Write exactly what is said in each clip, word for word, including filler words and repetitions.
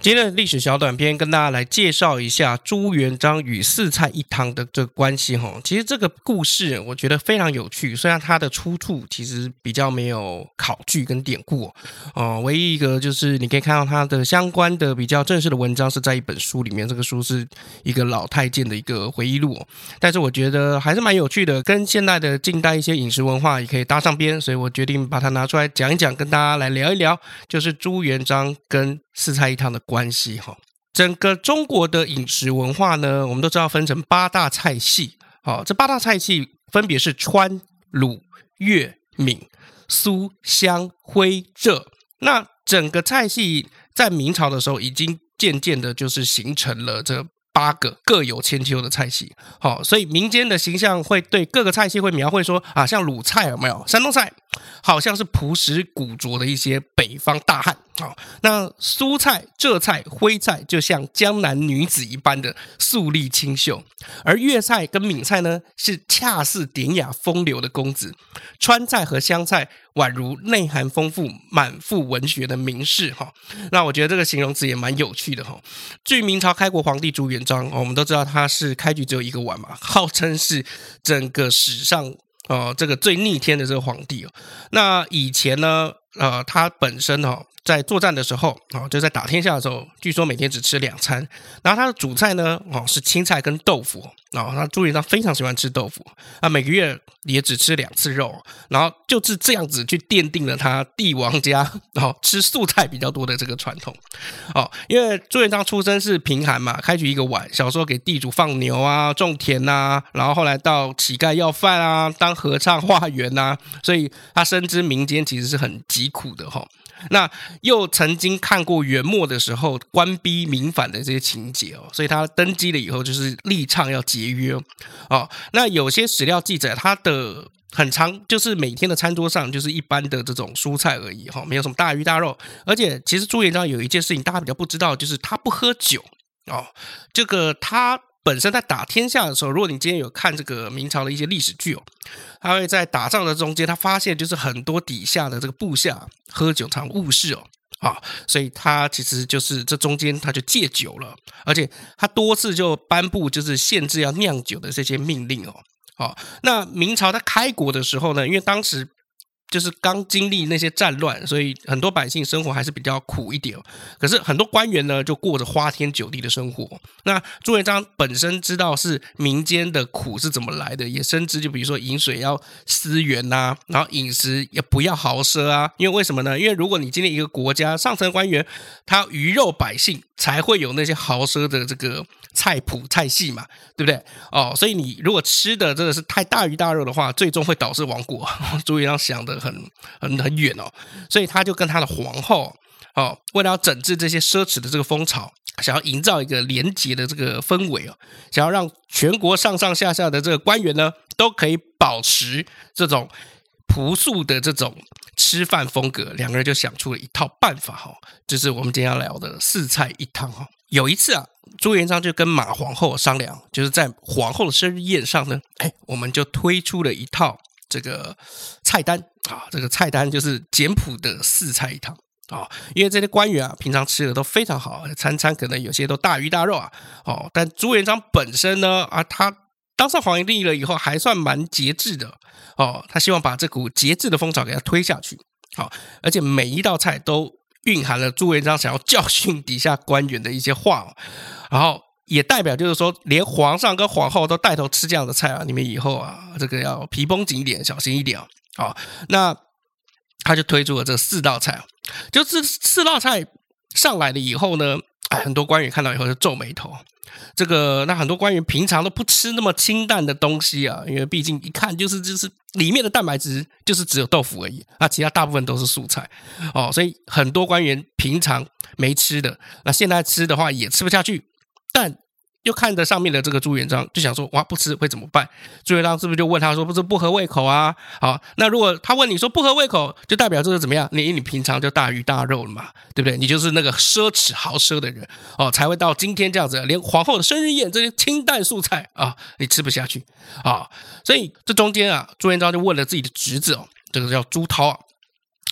今天的历史小短片跟大家来介绍一下朱元璋与四菜一汤的这个关系。其实这个故事我觉得非常有趣，虽然它的出处其实比较没有考据跟典故、哦呃、唯一一个就是你可以看到它的相关的比较正式的文章是在一本书里面，这个书是一个老太监的一个回忆录、哦、但是我觉得还是蛮有趣的，跟现代的近代一些饮食文化也可以搭上边，所以我决定把它拿出来讲一讲，跟大家来聊一聊，就是朱元璋跟四菜一汤的关系。整个中国的饮食文化呢，我们都知道分成八大菜系，这八大菜系分别是川、鲁、粤、闽、苏、湘、徽、浙。那整个菜系在明朝的时候已经渐渐的就是形成了这八个各有千秋的菜系、哦、所以民间的形象会对各个菜系会描绘说啊，像鲁菜有没有，山东菜好像是朴实古拙的一些北方大汉、哦、那苏菜、浙菜、徽菜就像江南女子一般的素丽清秀，而粤菜跟闽菜呢是恰似典雅风流的公子，川菜和湘菜宛如内涵丰富满腹文学的名士、哦、那我觉得这个形容词也蛮有趣的、哦、据明朝开国皇帝朱元璋、哦、我们都知道他是开局只有一个碗嘛，号称是整个史上呃，这个最逆天的这个皇帝、哦、那以前呢，呃，他本身哦，在作战的时候哦，就在打天下的时候，据说每天只吃两餐。然后他的主菜呢，哦是青菜跟豆腐哦，那朱元璋非常喜欢吃豆腐啊，每个月也只吃两次肉，然后就是这样子去奠定了他帝王家哦吃素菜比较多的这个传统哦。因为朱元璋出身是贫寒嘛，开局一个碗，小时候给地主放牛啊、种田啊，然后后来到乞丐要饭啊，当合唱化缘啊，所以他深知民间其实是很疾苦的哈、哦。那又曾经看过元末的时候官逼民反的这些情节哦，所以他登基了以后就是力倡要节约哦。那有些史料记载他的很长，就是每天的餐桌上就是一般的这种蔬菜而已哈、哦，没有什么大鱼大肉。而且其实朱元璋有一件事情大家比较不知道，就是他不喝酒哦。这个他本身在打天下的时候，如果你今天有看这个明朝的一些历史剧哦，他会在打仗的中间，他发现就是很多底下的这个部下喝酒常误事哦，啊，所以他其实就是这中间他就戒酒了，而且他多次就颁布就是限制要酿酒的这些命令哦。好，那明朝在开国的时候呢，因为当时就是刚经历那些战乱，所以很多百姓生活还是比较苦一点、哦、可是很多官员呢就过着花天酒地的生活。那朱元璋本身知道是民间的苦是怎么来的，也深知就比如说饮水要思源啊，然后饮食也不要豪奢啊。因为为什么呢？因为如果你今天一个国家上层官员他鱼肉百姓，才会有那些豪奢的这个菜谱菜系嘛，对不对？哦，所以你如果吃的真的是太大鱼大肉的话，最终会导致亡国。朱元璋想得很很很远哦，所以他就跟他的皇后哦，为了要整治这些奢侈的这个风潮，想要营造一个廉洁的这个氛围哦，想要让全国上上下下的这个官员呢，都可以保持这种朴素的这种吃饭风格，两个人就想出了一套办法哈、哦，就是我们今天要聊的四菜一汤哈、哦。有一次啊，朱元璋就跟马皇后商量，就是在皇后的生日宴上呢，哎，我们就推出了一套这个菜单啊，这个菜单就是简朴的四菜一汤啊，因为这些官员啊，平常吃的都非常好，餐餐可能有些都大鱼大肉啊，哦，但朱元璋本身呢，啊，他当上皇帝了以后，还算蛮节制的哦，他希望把这股节制的风潮给他推下去，好、哦，而且每一道菜都蕴含了朱元璋想要教训底下官员的一些话、哦，然后也代表就是说，连皇上跟皇后都带头吃这样的菜啊，你们以后啊，这个要皮绷紧一点，小心一点啊、哦。好，那他就推出了这四道菜，就这四道菜上来了以后呢，哎，很多官员看到以后就皱眉头。这个那很多官员平常都不吃那么清淡的东西啊，因为毕竟一看就是就是里面的蛋白质就是只有豆腐而已，那其他大部分都是素菜哦，所以很多官员平常没吃的，那现在吃的话也吃不下去，但又看着上面的这个朱元璋，就想说哇，不吃会怎么办？朱元璋是不是就问他说，不是不合胃口啊？好，那如果他问你说不合胃口，就代表这个怎么样？你你平常就大鱼大肉了嘛，对不对？你就是那个奢侈豪奢的人哦，才会到今天这样子，连皇后的生日宴这些清淡素菜啊，你吃不下去啊。所以这中间啊，朱元璋就问了自己的侄子哦，这个叫朱涛啊。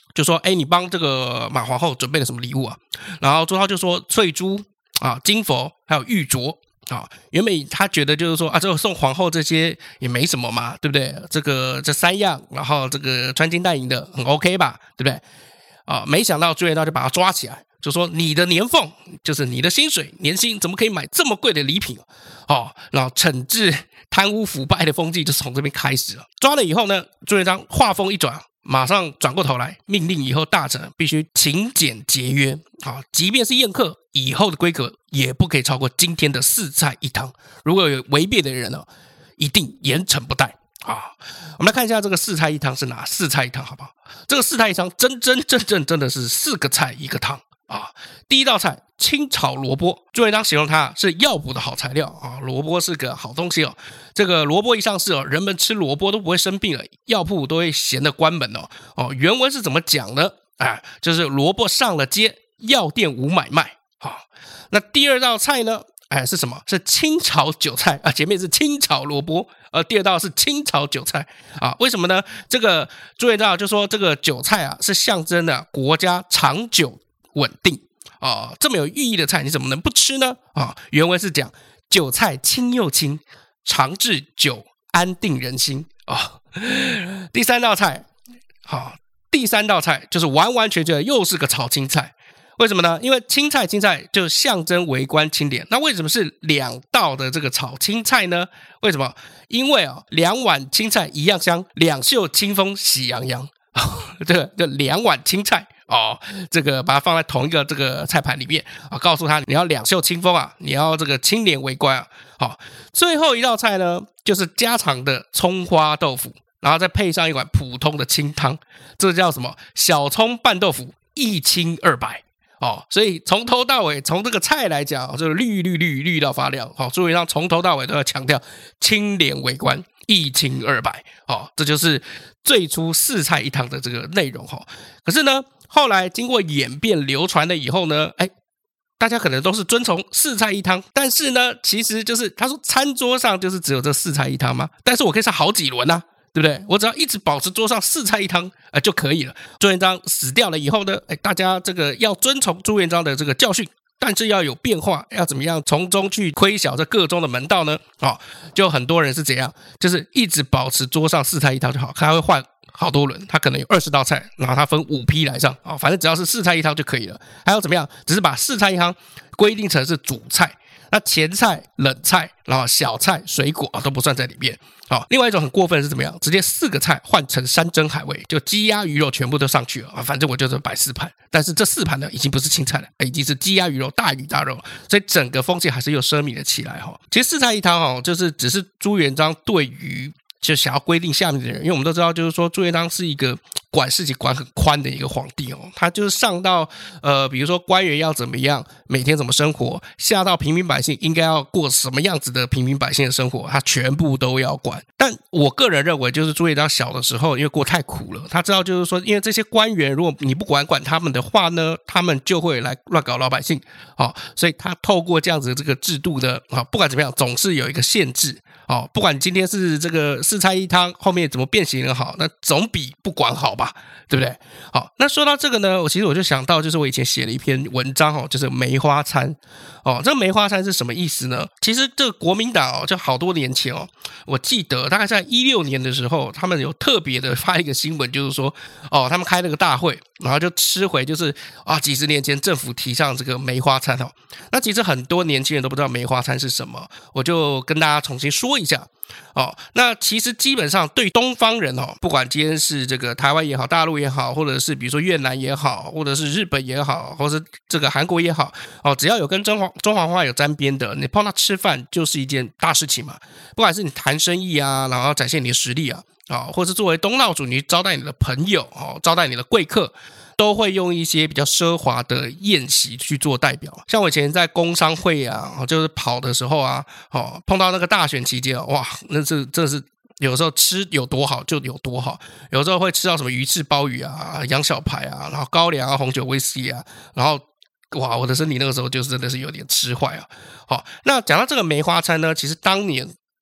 就说哎，你帮这个马皇后准备了什么礼物啊？然后周涛就说翠珠啊、金佛还有玉镯。啊，原本他觉得就是说啊，这个送皇后这些也没什么嘛，对不对？这个这三样，然后这个穿金戴银的很 OK 吧，对不对？啊，没想到朱元璋就把他抓起来，就说你的年俸就是你的薪水年薪，怎么可以买这么贵的礼品？哦，然后惩治贪污腐败的风气就从这边开始了。抓了以后呢，朱元璋话锋一转，马上转过头来命令以后大臣必须勤俭节约啊，即便是宴客，以后的规格也不可以超过今天的四菜一汤。如果有违背的人呢，一定严惩不贷啊。我们来看一下这个四菜一汤是哪四菜一汤，好不好？这个四菜一汤真真正正真的是四个菜一个汤啊。第一道菜清炒萝卜，朱元璋形容它是药补的好材料啊，萝卜是个好东西哦。这个萝卜一上市哦，人们吃萝卜都不会生病了，药铺都会闲得关门哦。哦，原文是怎么讲呢？啊，就是萝卜上了街，药店无买卖。好、哦，那第二道菜呢？哎，是什么？是清炒韭菜啊！前面是清炒萝卜，呃，第二道是清炒韭菜啊。为什么呢？这个朱元璋就说这个韭菜啊是象征的国家长久稳定啊，这么有寓意的菜，你怎么能不吃呢？啊，原文是讲韭菜清又清，长治久，安定人心啊。第三道菜，好，第三道菜就是完完全全的又是个炒青菜。为什么呢？因为青菜青菜就象征为官清廉。那为什么是两道的这个炒青菜呢？为什么？因为啊、哦，两碗青菜一样香，两袖清风喜洋洋。这个就两碗青菜哦，这个把它放在同一个这个菜盘里面啊，告诉他你要两袖清风啊，你要这个清廉为官啊。好、哦，最后一道菜呢，就是家常的葱花豆腐，然后再配上一碗普通的清汤，这叫什么？小葱拌豆腐，一清二白。哦，所以从头到尾，从这个菜来讲，就是绿绿绿绿到发亮。好、哦，朱元璋从头到尾都要强调清廉为官，一清二白。哦，这就是最初四菜一汤的这个内容哈、哦。可是呢，后来经过演变流传了以后呢，哎，大家可能都是遵从四菜一汤，但是呢，其实就是他说餐桌上就是只有这四菜一汤吗？但是我可以上好几轮啊。对不对？我只要一直保持桌上四菜一汤、呃、就可以了。朱元璋死掉了以后呢，哎，大家这个要遵从朱元璋的这个教训，但是要有变化，要怎么样从中去窥晓这各中的门道呢？哦，就很多人是怎样，就是一直保持桌上四菜一汤就好，他会换好多轮，他可能有二十道菜，然后他分五批来上啊、哦，反正只要是四菜一汤就可以了。还要怎么样？只是把四菜一汤规定成是主菜。那前菜、冷菜，然后小菜、水果啊都不算在里面。好，另外一种很过分的是怎么样？直接四个菜换成山珍海味，就鸡鸭鱼肉全部都上去了啊！反正我就是摆四盘，但是这四盘呢已经不是青菜了，已经是鸡鸭鱼肉、大鱼大肉，所以整个风气还是又奢靡了起来哈。其实四菜一汤哈，就是只是朱元璋对于就想要规定下面的人，因为我们都知道，就是说朱元璋是一个管事情管很宽的一个皇帝哦，他就是上到呃，比如说官员要怎么样，每天怎么生活，下到平民百姓应该要过什么样子的平民百姓的生活，他全部都要管。但我个人认为，就是朱元璋小的时候，因为过太苦了，他知道就是说，因为这些官员，如果你不管管他们的话呢，他们就会来乱搞老百姓，好、哦，所以他透过这样子的这个制度的啊、哦，不管怎么样，总是有一个限制。哦，不管今天是这个四菜一汤后面怎么变形的好，那总比不管好吧，对不对？好，那说到这个呢，我其实我就想到，就是我以前写了一篇文章哦，就是梅花餐哦。这个梅花餐是什么意思呢？其实这个国民党哦，就好多年前哦，我记得大概在一六年的时候，他们有特别的发一个新闻，就是说哦，他们开了个大会，然后就吃回就是啊几十年前政府提倡这个梅花餐哦。那其实很多年轻人都不知道梅花餐是什么，我就跟大家重新说一下哦。那其实基本上对东方人哦，不管今天是这个台湾也好，大陆也好，或者是比如说越南也好，或者是日本也好，或者是这个韩国也好哦，只要有跟中华中华文化有沾边的，你碰到吃饭就是一件大事情嘛。不管是你谈生意啊，然后展现你的实力啊，啊、哦，或是作为东道主，你招待你的朋友哦，招待你的贵客。都会用一些比较奢华的宴席去做代表，像我以前在工商会啊，就是跑的时候啊，哦，碰到那个大选期间，哇，那是真的是有时候吃有多好就有多好，有时候会吃到什么鱼翅鲍鱼啊、羊小排啊，然后高粱啊、红酒威士忌啊，然后哇，我的身体那个时候就是真的是有点吃坏啊。好，那讲到这个梅花餐呢，其实当年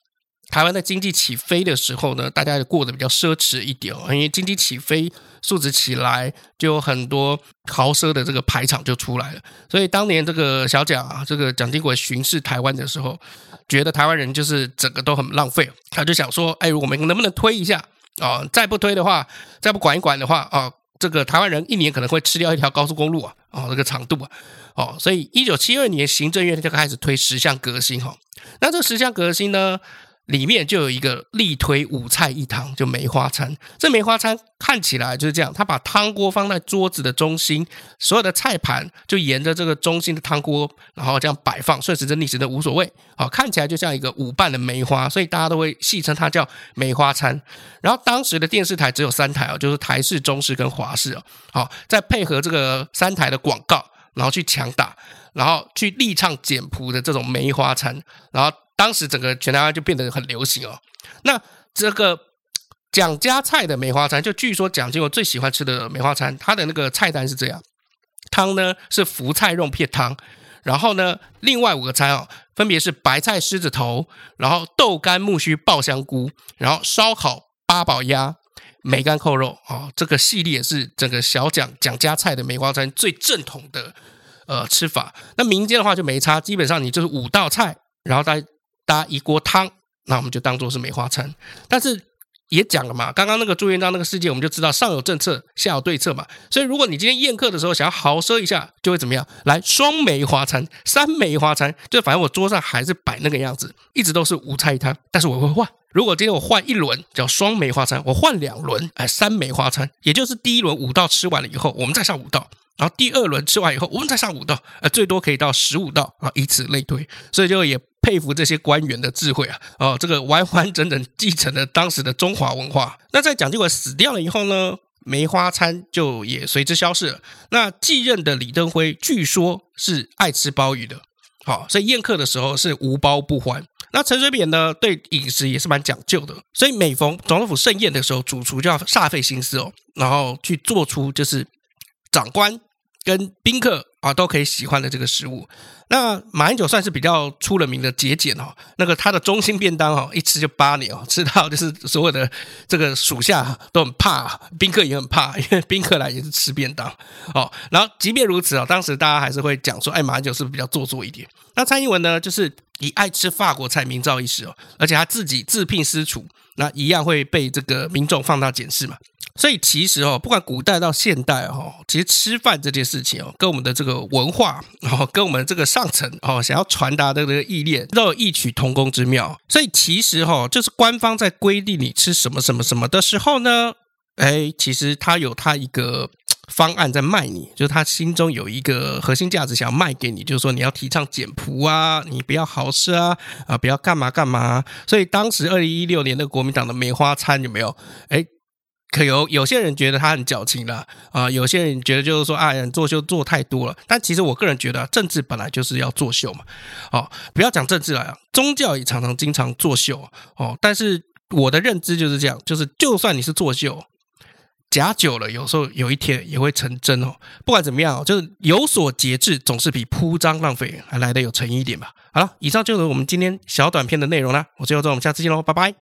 台湾的经济起飞的时候呢，大家就过得比较奢侈一点哦，因为经济起飞，素质起来，就有很多豪奢的这个排场就出来了。所以当年这个小蒋啊，这个蒋经国巡视台湾的时候，觉得台湾人就是整个都很浪费，他就想说，哎，我们能不能推一下啊、哦？再不推的话，再不管一管的话啊、哦，这个台湾人一年可能会吃掉一条高速公路啊，哦，这个长度啊，哦，所以一九七二年行政院就开始推十项革新哈、哦。那这十项革新呢？里面就有一个力推五菜一汤，就梅花餐。这梅花餐看起来就是这样，他把汤锅放在桌子的中心，所有的菜盘就沿着这个中心的汤锅，然后这样摆放，顺时针逆时针无所谓，好，看起来就像一个舞伴的梅花，所以大家都会戏称它叫梅花餐。然后当时的电视台只有三台哦，就是台视、中视跟华视哦，好，再配合这个三台的广告，然后去强打，然后去力唱简朴的这种梅花餐，然后当时整个全台湾就变得很流行哦。那这个蒋家菜的梅花餐，就据说蒋经国最喜欢吃的梅花餐，它的那个菜单是这样：汤呢是福菜肉片汤，然后呢另外五个菜哦，分别是白菜狮子头，然后豆干木须爆香菇，然后烧烤八宝鸭、梅干扣肉哦。这个系列是整个小蒋蒋家菜的梅花餐最正统的呃吃法。那民间的话就没差，基本上你就是五道菜，然后再搭一锅汤，那我们就当作是梅花餐。但是也讲了嘛，刚刚那个朱元璋那个事件，我们就知道上有政策，下有对策嘛。所以如果你今天宴客的时候想要豪奢一下，就会怎么样？来双梅花餐、三梅花餐，就反正我桌上还是摆那个样子，一直都是五菜一汤，但是我会换。如果今天我换一轮叫双梅花餐，我换两轮哎三梅花餐，也就是第一轮五道吃完了以后，我们再上五道。然后第二轮吃完以后，我们再上五道，呃，最多可以到十五道啊，以此类推。所以就也佩服这些官员的智慧啊，哦，这个完完整整继承了当时的中华文化。那在蒋经国死掉了以后呢，梅花餐就也随之消逝了。那继任的李登辉据说是爱吃鲍鱼的，好、哦，所以宴客的时候是无鲍不欢。那陈水扁呢，对饮食也是蛮讲究的，所以每逢总统府盛宴的时候，主厨就要煞费心思哦，然后去做出就是长官跟宾客啊都可以喜欢的这个食物。那马英九算是比较出了名的节俭哦，那个他的中心便当哦，一吃就八年哦，吃到就是所有的这个属下都很怕，宾客也很怕，因为宾客来也是吃便当哦。然后即便如此哦，当时大家还是会讲说，哎，马英九是不是比较做作一点？那蔡英文呢，就是以爱吃法国菜名噪一时哦，而且他自己自聘私厨，那一样会被这个民众放大检视嘛。所以其实哦，不管古代到现代哦，其实吃饭这件事情哦，跟我们的这个文化哦，跟我们这个上层哦想要传达的这个意念都有异曲同工之妙。所以其实哦，就是官方在规定你吃什么什么什么的时候呢，哎，其实他有他一个方案在卖你，就是他心中有一个核心价值想要卖给你，就是说你要提倡简朴啊，你不要豪奢啊，啊不要干嘛干嘛、啊。所以当时二零一六年的国民党的梅花餐有没有？哎。可有有些人觉得他很矫情了啊、呃，有些人觉得就是说啊，人作秀做太多了。但其实我个人觉得、啊，政治本来就是要作秀嘛。哦，不要讲政治了，宗教也常常经常作秀哦。但是我的认知就是这样，就是就算你是作秀，假久了，有时候有一天也会成真哦。不管怎么样，就是有所节制，总是比铺张浪费还来得有诚意一点吧。好了，以上就是我们今天小短片的内容啦。我是尤忠，我们下次见喽，拜拜。